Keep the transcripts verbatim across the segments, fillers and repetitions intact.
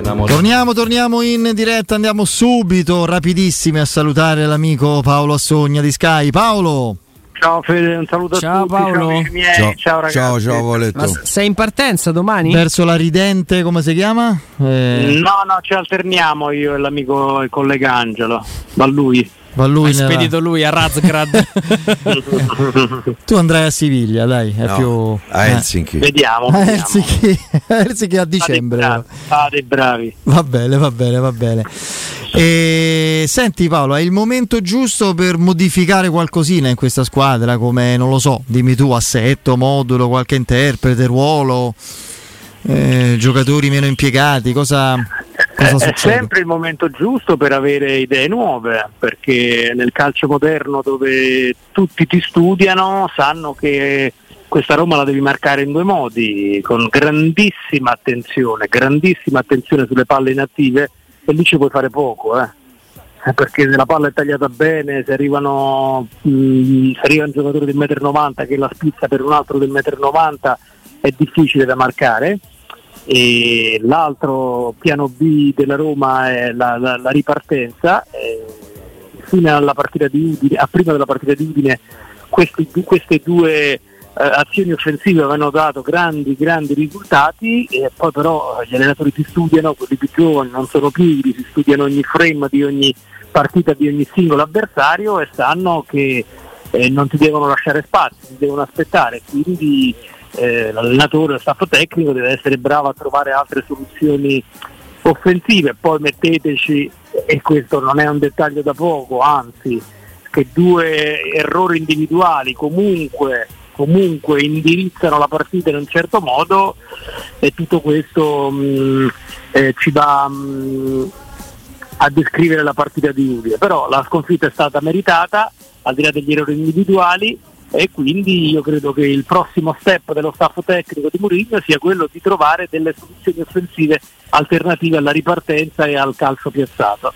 Torniamo, torniamo in diretta, andiamo subito, rapidissimi a salutare l'amico Paolo Assogna di Sky. Paolo. Ciao Fede, un saluto ciao, a tutti, Paolo. ciao miei, ciao, ciao ragazzi. Ciao, ciao Voletto. Ma sei in partenza domani? Verso la Ridente, come si chiama? Eh... No, no, ci alterniamo io e l'amico, il collega Angelo, va lui. Va lui Hai nella... spedito lui a Razgrad. Tu andrai a Siviglia, dai, è no, più a Helsinki. Eh. Vediamo. A vediamo. Helsinki, Helsinki a dicembre. Fate bravi, fate bravi. Va bene, va bene, va bene. E senti Paolo, è il momento giusto per modificare qualcosina in questa squadra, come non lo so, dimmi tu, assetto, modulo, qualche interprete, ruolo, eh, giocatori meno impiegati, cosa, cosa È succede? sempre il momento giusto per avere idee nuove, perché nel calcio moderno dove tutti ti studiano sanno che questa Roma la devi marcare in due modi, con grandissima attenzione, grandissima attenzione sulle palle inattive, e lì ci puoi fare poco, eh. Perché se la palla è tagliata bene, se arrivano mh, se arriva un giocatore del metro e novanta che la spizza per un altro del metro e novanta è difficile da marcare. E l'altro piano B della Roma è la, la, la ripartenza. E fino alla partita di Udine, a prima della partita di Udine, questi, queste due Uh, azioni offensive avevano dato grandi grandi risultati, e poi però gli allenatori si studiano, quelli più giovani non sono pigri, si studiano ogni frame di ogni partita, di ogni singolo avversario, e sanno che eh, non ti devono lasciare spazio, ti devono aspettare, quindi eh, l'allenatore, lo staff tecnico deve essere bravo a trovare altre soluzioni offensive. Poi metteteci, e questo non è un dettaglio da poco, anzi, che due errori individuali comunque comunque indirizzano la partita in un certo modo, e tutto questo mh, eh, ci va mh, a descrivere la partita di Udine. Però la sconfitta è stata meritata al di là degli errori individuali, e quindi io credo che il prossimo step dello staff tecnico di Mourinho sia quello di trovare delle soluzioni offensive alternative alla ripartenza e al calcio piazzato.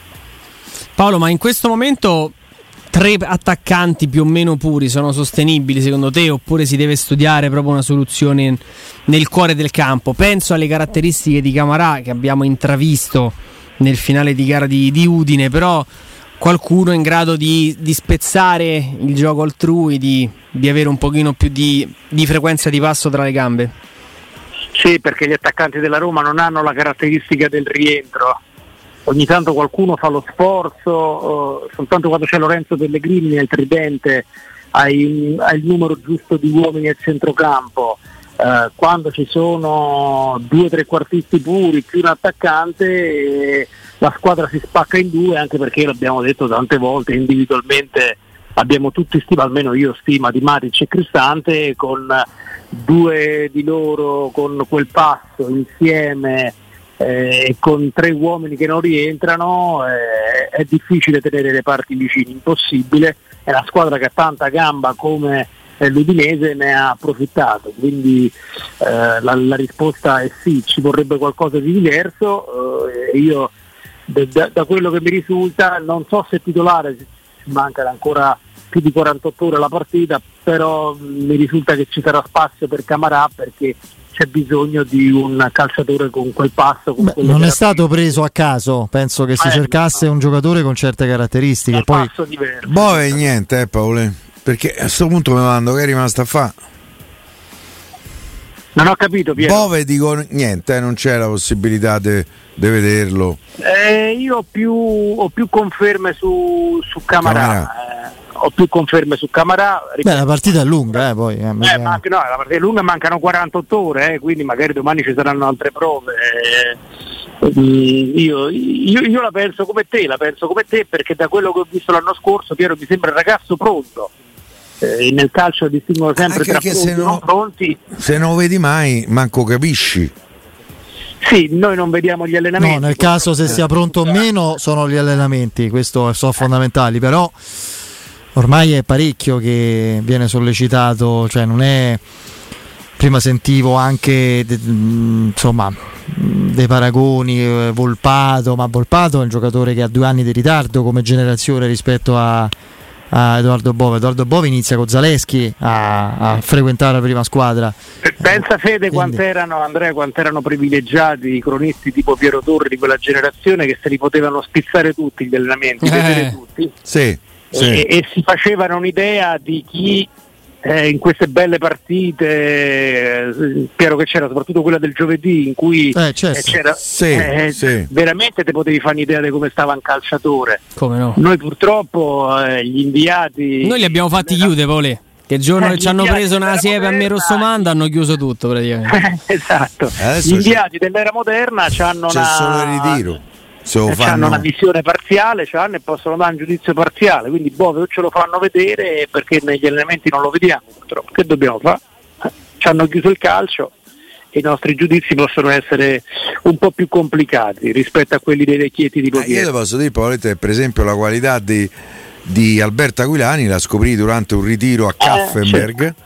Paolo, ma in questo momento tre attaccanti più o meno puri sono sostenibili secondo te, oppure si deve studiare proprio una soluzione nel cuore del campo? Penso alle caratteristiche di Camarà che abbiamo intravisto nel finale di gara di, di Udine, però qualcuno in grado di, di spezzare il gioco altrui, di, di avere un pochino più di, di frequenza di passo tra le gambe? Sì, perché gli attaccanti della Roma non hanno la caratteristica del rientro. Ogni tanto qualcuno fa lo sforzo, eh, soltanto quando c'è Lorenzo Pellegrini nel tridente hai, hai il numero giusto di uomini al centrocampo. Eh, quando ci sono due trequartisti puri più un attaccante, eh, la squadra si spacca in due, anche perché l'abbiamo detto tante volte, individualmente abbiamo tutti stima, almeno io stima di Matic e Cristante, con due di loro con quel passo insieme e eh, con tre uomini che non rientrano eh, è difficile tenere le parti vicine, impossibile. È una squadra che ha tanta gamba come eh, l'Udinese, ne ha approfittato, quindi eh, la, la risposta è sì, ci vorrebbe qualcosa di diverso. eh, io da, da quello che mi risulta, non so se titolare, mancano ancora più di quarantotto ore alla partita, però mi risulta che ci sarà spazio per Camarà, perché c'è bisogno di un calciatore con quel passo. Con Beh, non è stato preso a caso, penso che si eh, cercasse no. un giocatore con certe caratteristiche. Un poi passo diverso. Bove niente, eh Paolo, perché a questo punto mi mando che è rimasto a fa. Non ho capito, Piero. Bove dico niente, eh, non c'è la possibilità di vederlo. Eh, io ho più, ho più conferme su, su Camarà. Camarà. Eh, ho più conferme su Camarà. Beh, la partita è lunga, eh, poi. Eh, eh, ma, no, la partita è lunga, mancano quarantotto ore, eh, quindi magari domani ci saranno altre prove. Eh, io, io, io la penso come te, la penso come te, perché da quello che ho visto l'anno scorso, Piero, mi sembra il ragazzo pronto. Eh, nel calcio distinguono sempre anche tra pronti e non pronti. Se non lo vedi mai, manco capisci. Sì, noi non vediamo gli allenamenti. No, nel caso se sia pronto o meno sono gli allenamenti, questo sono fondamentali, però ormai è parecchio che viene sollecitato, cioè non è, prima sentivo anche de, insomma dei paragoni, Volpato, ma Volpato è un giocatore che ha due anni di ritardo come generazione rispetto a, a Edoardo Bove. Edoardo Bove inizia con Zaleschi a, a frequentare la prima squadra. Pensa Fede Quindi... quant'erano, Andrea, quant'erano privilegiati i cronisti tipo Piero Torri di quella generazione, che se li potevano spizzare tutti gli allenamenti, eh. vedere tutti, sì, sì. E, e si facevano un'idea di chi eh, in queste belle partite, eh, Piero, che c'era soprattutto quella del giovedì in cui eh, certo. eh, c'era Sì, eh, sì. veramente te potevi fare un'idea di come stava un calciatore. Come no? Noi purtroppo eh, gli inviati Noi li abbiamo fatti chiudere, Paolo. Che giorno Eh, che ci hanno inviati preso una dell'era siepe a me moderna- Rossomanda hanno chiuso tutto praticamente. esatto. Adesso Gli inviati dell'era moderna c'hanno c'è una solo il ritiro. Se lo eh, fanno... hanno una visione parziale, c'hanno e possono dare un giudizio parziale, quindi Bove o ce lo fanno vedere perché negli allenamenti non lo vediamo purtroppo. Che dobbiamo fare? Eh, ci hanno chiuso il calcio e i nostri giudizi possono essere un po' più complicati rispetto a quelli dei vecchietti di Eh, io Potier. ti posso dire, Paolo, che per esempio la qualità di, di Alberto Aquilani la scoprì durante un ritiro a Kaffenberg certo.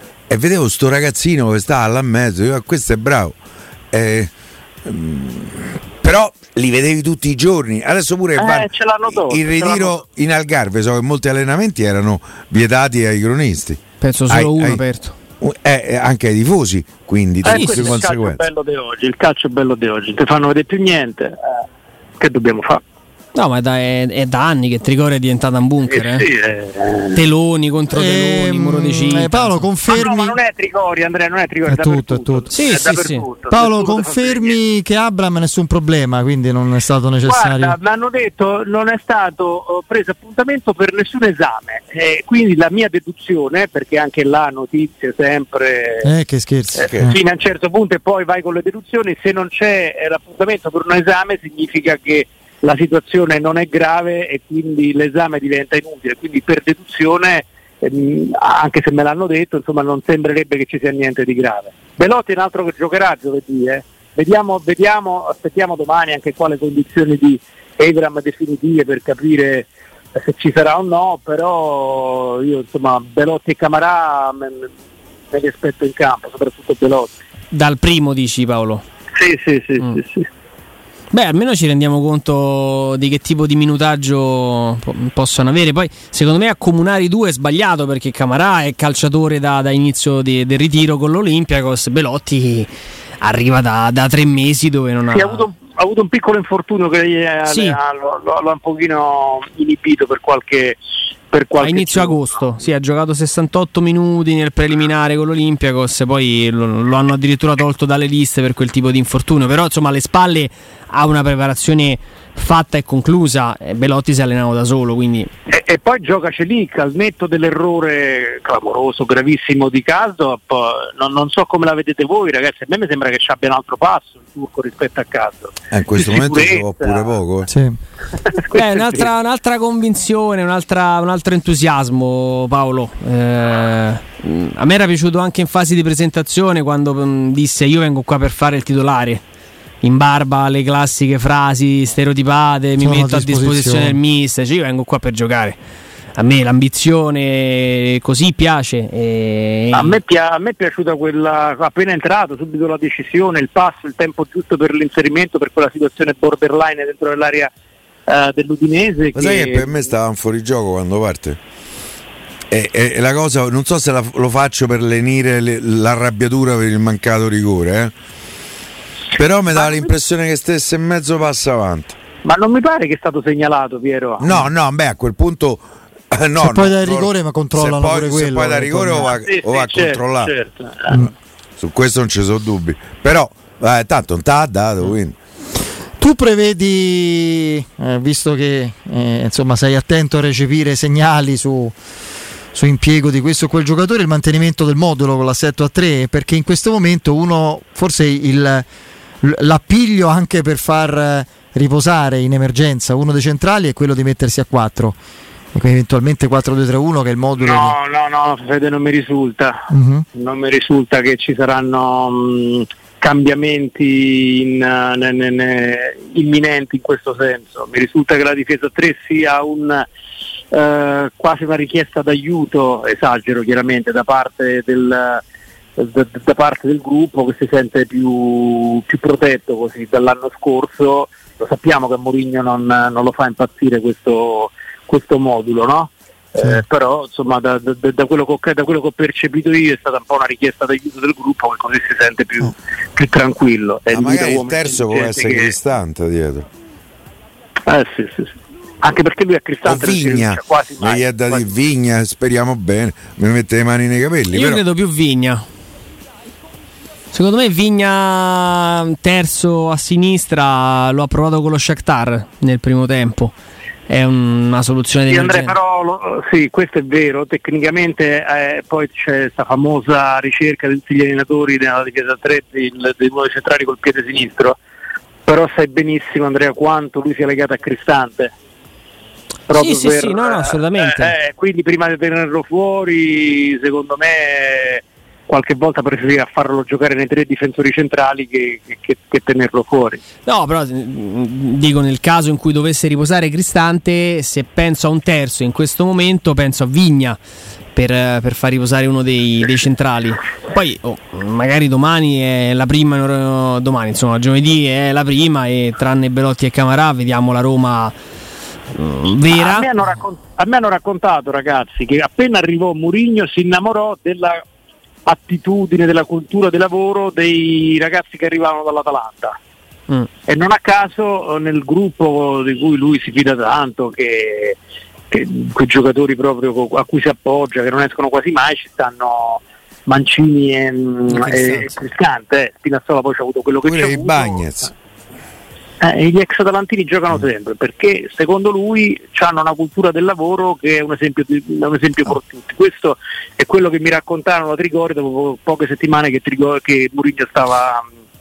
e vedevo sto ragazzino che stava là in mezzo, io, questo è bravo. Eh, mm, però li vedevi tutti i giorni. Adesso pure Eh, vanno- ce l'hanno tolto, il ce l'hanno ritiro in Algarve, so che molti allenamenti erano vietati ai cronisti. Penso solo Ai- uno ai- aperto. Eh, eh, anche ai tifosi, quindi Eh, di questo è il calcio conseguenza. bello di oggi, il calcio bello di oggi, non ti fanno vedere più niente. Eh, che dobbiamo fare? No, ma è da, è, è da anni che Trigoria è diventata un bunker. Eh, Eh. sì, eh. Teloni contro Teloni, Ehm, muro di cinta. eh, Paolo, Ma confermi. no, ma non è Trigoria, Andrea, non è Trigoria, È tutto, è dappertutto. tutto. Sì, È sì, dappertutto. Paolo, Nessuno ti fa vedere niente. confermi che Abram nessun problema, quindi non è stato necessario. Guarda, mi hanno detto non è stato eh, preso appuntamento per nessun esame, eh, quindi la mia deduzione, perché anche là notizie sempre Eh, che scherzi. eh, Eh. fino a un certo punto e poi vai con le deduzioni, se non c'è eh, l'appuntamento per un esame significa che la situazione non è grave e quindi l'esame diventa inutile, quindi per deduzione ehm, anche se me l'hanno detto, insomma non sembrerebbe che ci sia niente di grave. Belotti è un altro che giocherà giovedì, eh. vediamo, vediamo, aspettiamo domani anche qua le condizioni di Abraham definitive per capire se ci sarà o no, però io insomma Belotti e Camarà me, me li aspetto in campo, soprattutto Belotti. Dal primo dici, Paolo? Sì, sì, sì, Mm. sì, sì. Beh, almeno ci rendiamo conto di che tipo di minutaggio po- possono avere. Poi, secondo me, accomunare i due è sbagliato perché Camarà è calciatore da, da inizio di, del ritiro con l'Olympiacos. Belotti arriva da, da tre mesi dove non ha. Sì, ha avuto, ha avuto un piccolo infortunio che gli ha- Sì. ha- lo, lo, lo ha un pochino inibito per qualche per A qualche inizio giorno. agosto, sì, ha giocato sessantotto minuti nel preliminare con l'Olympiacos, poi lo, lo hanno addirittura tolto dalle liste per quel tipo di infortunio, però insomma alle spalle ha una preparazione fatta e conclusa, e Belotti si allenava da solo, quindi E, e poi gioca Celic al netto dell'errore clamoroso, gravissimo di Caso. Non, non so come la vedete voi, ragazzi. A me mi sembra che ci abbia un altro passo il turco rispetto a Caso. Eh, in questo Di momento ci sicurezza. può pure poco. eh. Sì. Questo Beh, è un'altra, vero. un'altra convinzione, un'altra, un altro entusiasmo, Paolo. Eh, a me era piaciuto anche in fase di presentazione quando mh, disse io vengo qua per fare il titolare. In barba alle classiche frasi stereotipate, mi Sono a metto a disposizione disposizione. del mister, cioè, io vengo qua per giocare. A me l'ambizione così piace. E... A me, pia- a me è piaciuta quella appena entrato, subito la decisione, il passo, il tempo giusto per l'inserimento, per quella situazione borderline dentro l'area eh, dell'Udinese. Ma sai che per me stava un fuorigioco quando parte? E, e- e la cosa, non so se la- lo faccio per lenire le- l'arrabbiatura per il mancato rigore, eh? Però mi dà l'impressione che stesse in mezzo passo avanti. Ma non mi pare che è stato segnalato, Piero. No, no, beh, a quel punto. eh, no, Se poi no, dai no, rigore, ma controllano se poi, pure se quello, poi da rigore o va, Sì, o sì, va certo, controllato. certo. Mm. Su questo non ci sono dubbi. Però, eh, tanto non t'ha dato, quindi. Tu prevedi, eh, visto che eh, insomma sei attento a recepire segnali su, su impiego di questo o quel giocatore, il mantenimento del modulo con l'assetto a tre, perché in questo momento uno forse il, l'appiglio anche per far riposare in emergenza uno dei centrali è quello di mettersi a quattro, e quindi eventualmente quattro due tre uno che è il modulo. No, no, no, Fede, non mi risulta. che... Mhm. Non mi risulta che ci saranno mh, cambiamenti in, uh, ne, ne, ne, imminenti in questo senso. Mi risulta che la difesa tre sia un uh, quasi una richiesta d'aiuto, esagero chiaramente, da parte del da, da parte del gruppo che si sente più, più protetto così dall'anno scorso. Lo sappiamo che Mourinho non, non lo fa impazzire questo, questo modulo, no? Sì. Eh, però insomma da, da, da, quello che, da quello che ho percepito io è stata un po' una richiesta d'aiuto del gruppo, che così si sente più, oh. più tranquillo. Ma magari il terzo può essere che... Cristante dietro. Eh sì, sì, sì. Anche perché lui è Cristante, o Vigna, quasi mai. Gli è da dire Vigna, speriamo bene, mi mette le mani nei capelli. Io però... credo più Vigna. Secondo me Vigna terzo a sinistra lo ha provato con lo Shakhtar nel primo tempo. È una soluzione sì, Andrea, però lo, sì, questo è vero. Tecnicamente eh, poi c'è questa famosa ricerca degli allenatori nella difesa tre dei due centrali col piede sinistro. Però sai benissimo, Andrea, quanto lui sia legato a Cristante. Sì, sì, per, sì, no, no, assolutamente. Eh, eh, quindi prima di tenerlo fuori, secondo me qualche volta preferiva farlo giocare nei tre difensori centrali che, che, che tenerlo fuori. No, però dico, nel caso in cui dovesse riposare Cristante, se penso a un terzo in questo momento penso a Vigna per, per far riposare uno dei, dei centrali. Poi oh, magari domani è la prima, domani insomma giovedì è la prima, e tranne Belotti e Camarà vediamo la Roma mm, vera. A me, hanno raccont- a me hanno raccontato, ragazzi, che appena arrivò Mourinho si innamorò della attitudine, della cultura del lavoro dei ragazzi che arrivavano dall'Atalanta. Mm. E non a caso nel gruppo di cui lui si fida tanto, che, che quei giocatori proprio a cui si appoggia, che non escono quasi mai, ci stanno Mancini e, e Cristante. eh. Spinazzola poi c'ha avuto quello che pure c'ha i avuto. Bagnez. Eh, gli ex atalantini giocano sempre, perché secondo lui hanno una cultura del lavoro che è un esempio, di, un esempio per tutti. Questo è quello che mi raccontarono a Trigori dopo poche settimane che, Trigori, che Mourinho stava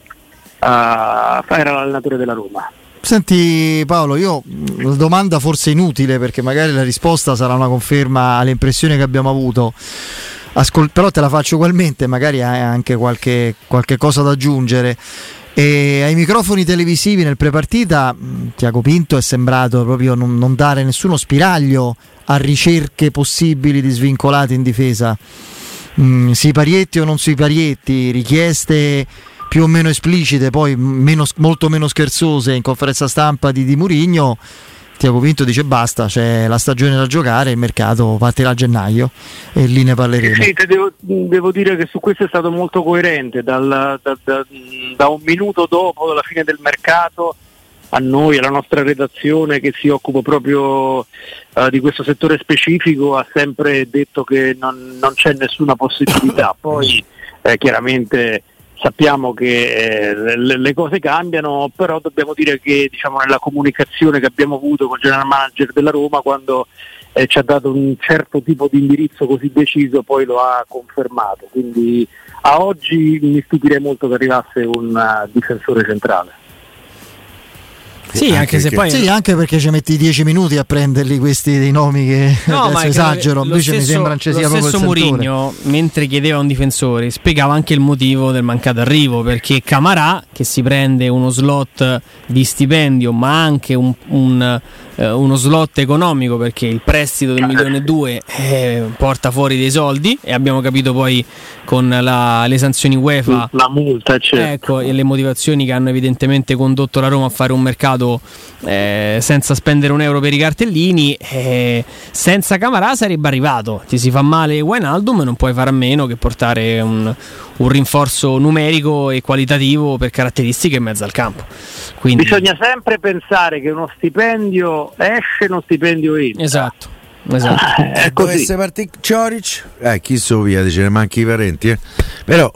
a uh, era l'allenatore della Roma. Senti Paolo, io la domanda forse inutile, perché magari la risposta sarà una conferma alle impressioni che abbiamo avuto. Ascol- però te la faccio ugualmente, magari hai anche qualche, qualche cosa da aggiungere. E ai microfoni televisivi nel prepartita Tiago Pinto è sembrato proprio non, non dare nessuno spiraglio a ricerche possibili di svincolati in difesa. Mm, sui parietti o non sui parietti, richieste più o meno esplicite, poi meno, molto meno scherzose in conferenza stampa di, di Mourinho. Tiago Pinto dice basta, c'è la stagione da giocare, il mercato partirà a gennaio e lì ne parleremo. Sì, devo, devo dire che su questo è stato molto coerente, dal, da, da, da un minuto dopo la fine del mercato a noi, alla nostra redazione che si occupa proprio uh, di questo settore specifico, ha sempre detto che non, non c'è nessuna possibilità. Poi eh, chiaramente sappiamo che eh, le, le cose cambiano, però dobbiamo dire che diciamo nella comunicazione che abbiamo avuto con il general manager della Roma, quando eh, ci ha dato un certo tipo di indirizzo così deciso, poi lo ha confermato. Quindi a oggi mi stupirei molto che arrivasse un uh, difensore centrale. Sì, anche, anche se poi sì, anche perché ci metti dieci minuti a prenderli questi dei nomi che no, adesso esagero, invece stesso, mi sembra ci sia proprio il stesso Mourinho, mentre chiedeva un difensore, spiegava anche il motivo del mancato arrivo, perché Camarà, che si prende uno slot di stipendio ma anche un, un, eh, uno slot economico, perché il prestito del milione e due eh, porta fuori dei soldi, e abbiamo capito poi con la, le sanzioni UEFA, la multa, certo. Ecco, e le motivazioni che hanno evidentemente condotto la Roma a fare un mercato Eh, senza spendere un euro per i cartellini. Eh, senza Camarà sarebbe arrivato, ti si fa male Wijnaldum e non puoi fare a meno che portare un, un rinforzo numerico e qualitativo per caratteristiche in mezzo al campo. Quindi bisogna sempre pensare che uno stipendio esce, uno stipendio entra. Esatto, esatto. Ah, è così. Dovesse partire Cioric, eh, chi so via, dice ne manchi i parenti, eh. Però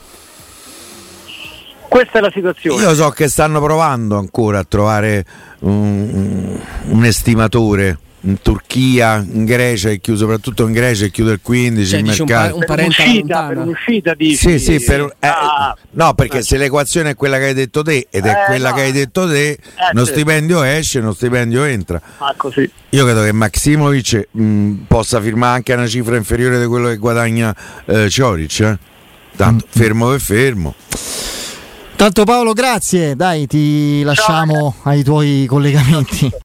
questa è la situazione. Io so che stanno provando ancora a trovare un, un estimatore in Turchia, in Grecia, è chiuso, soprattutto in Grecia è chiuso il quindici, cioè, il mercato. mercato. Un, pa- un parente per un'uscita, lontano. per un'uscita di Sì, sì, per, eh, ah, no, perché se l'equazione è quella che hai detto te ed è eh, quella no. che hai detto te, eh, uno sì. stipendio esce, uno stipendio entra. Ah, così. Io credo che Maksimovic mh, possa firmare anche una cifra inferiore di quello che guadagna eh, Cioric, eh? Tanto mm. fermo e fermo. Tanto Paolo, grazie, dai, ti lasciamo ai tuoi collegamenti.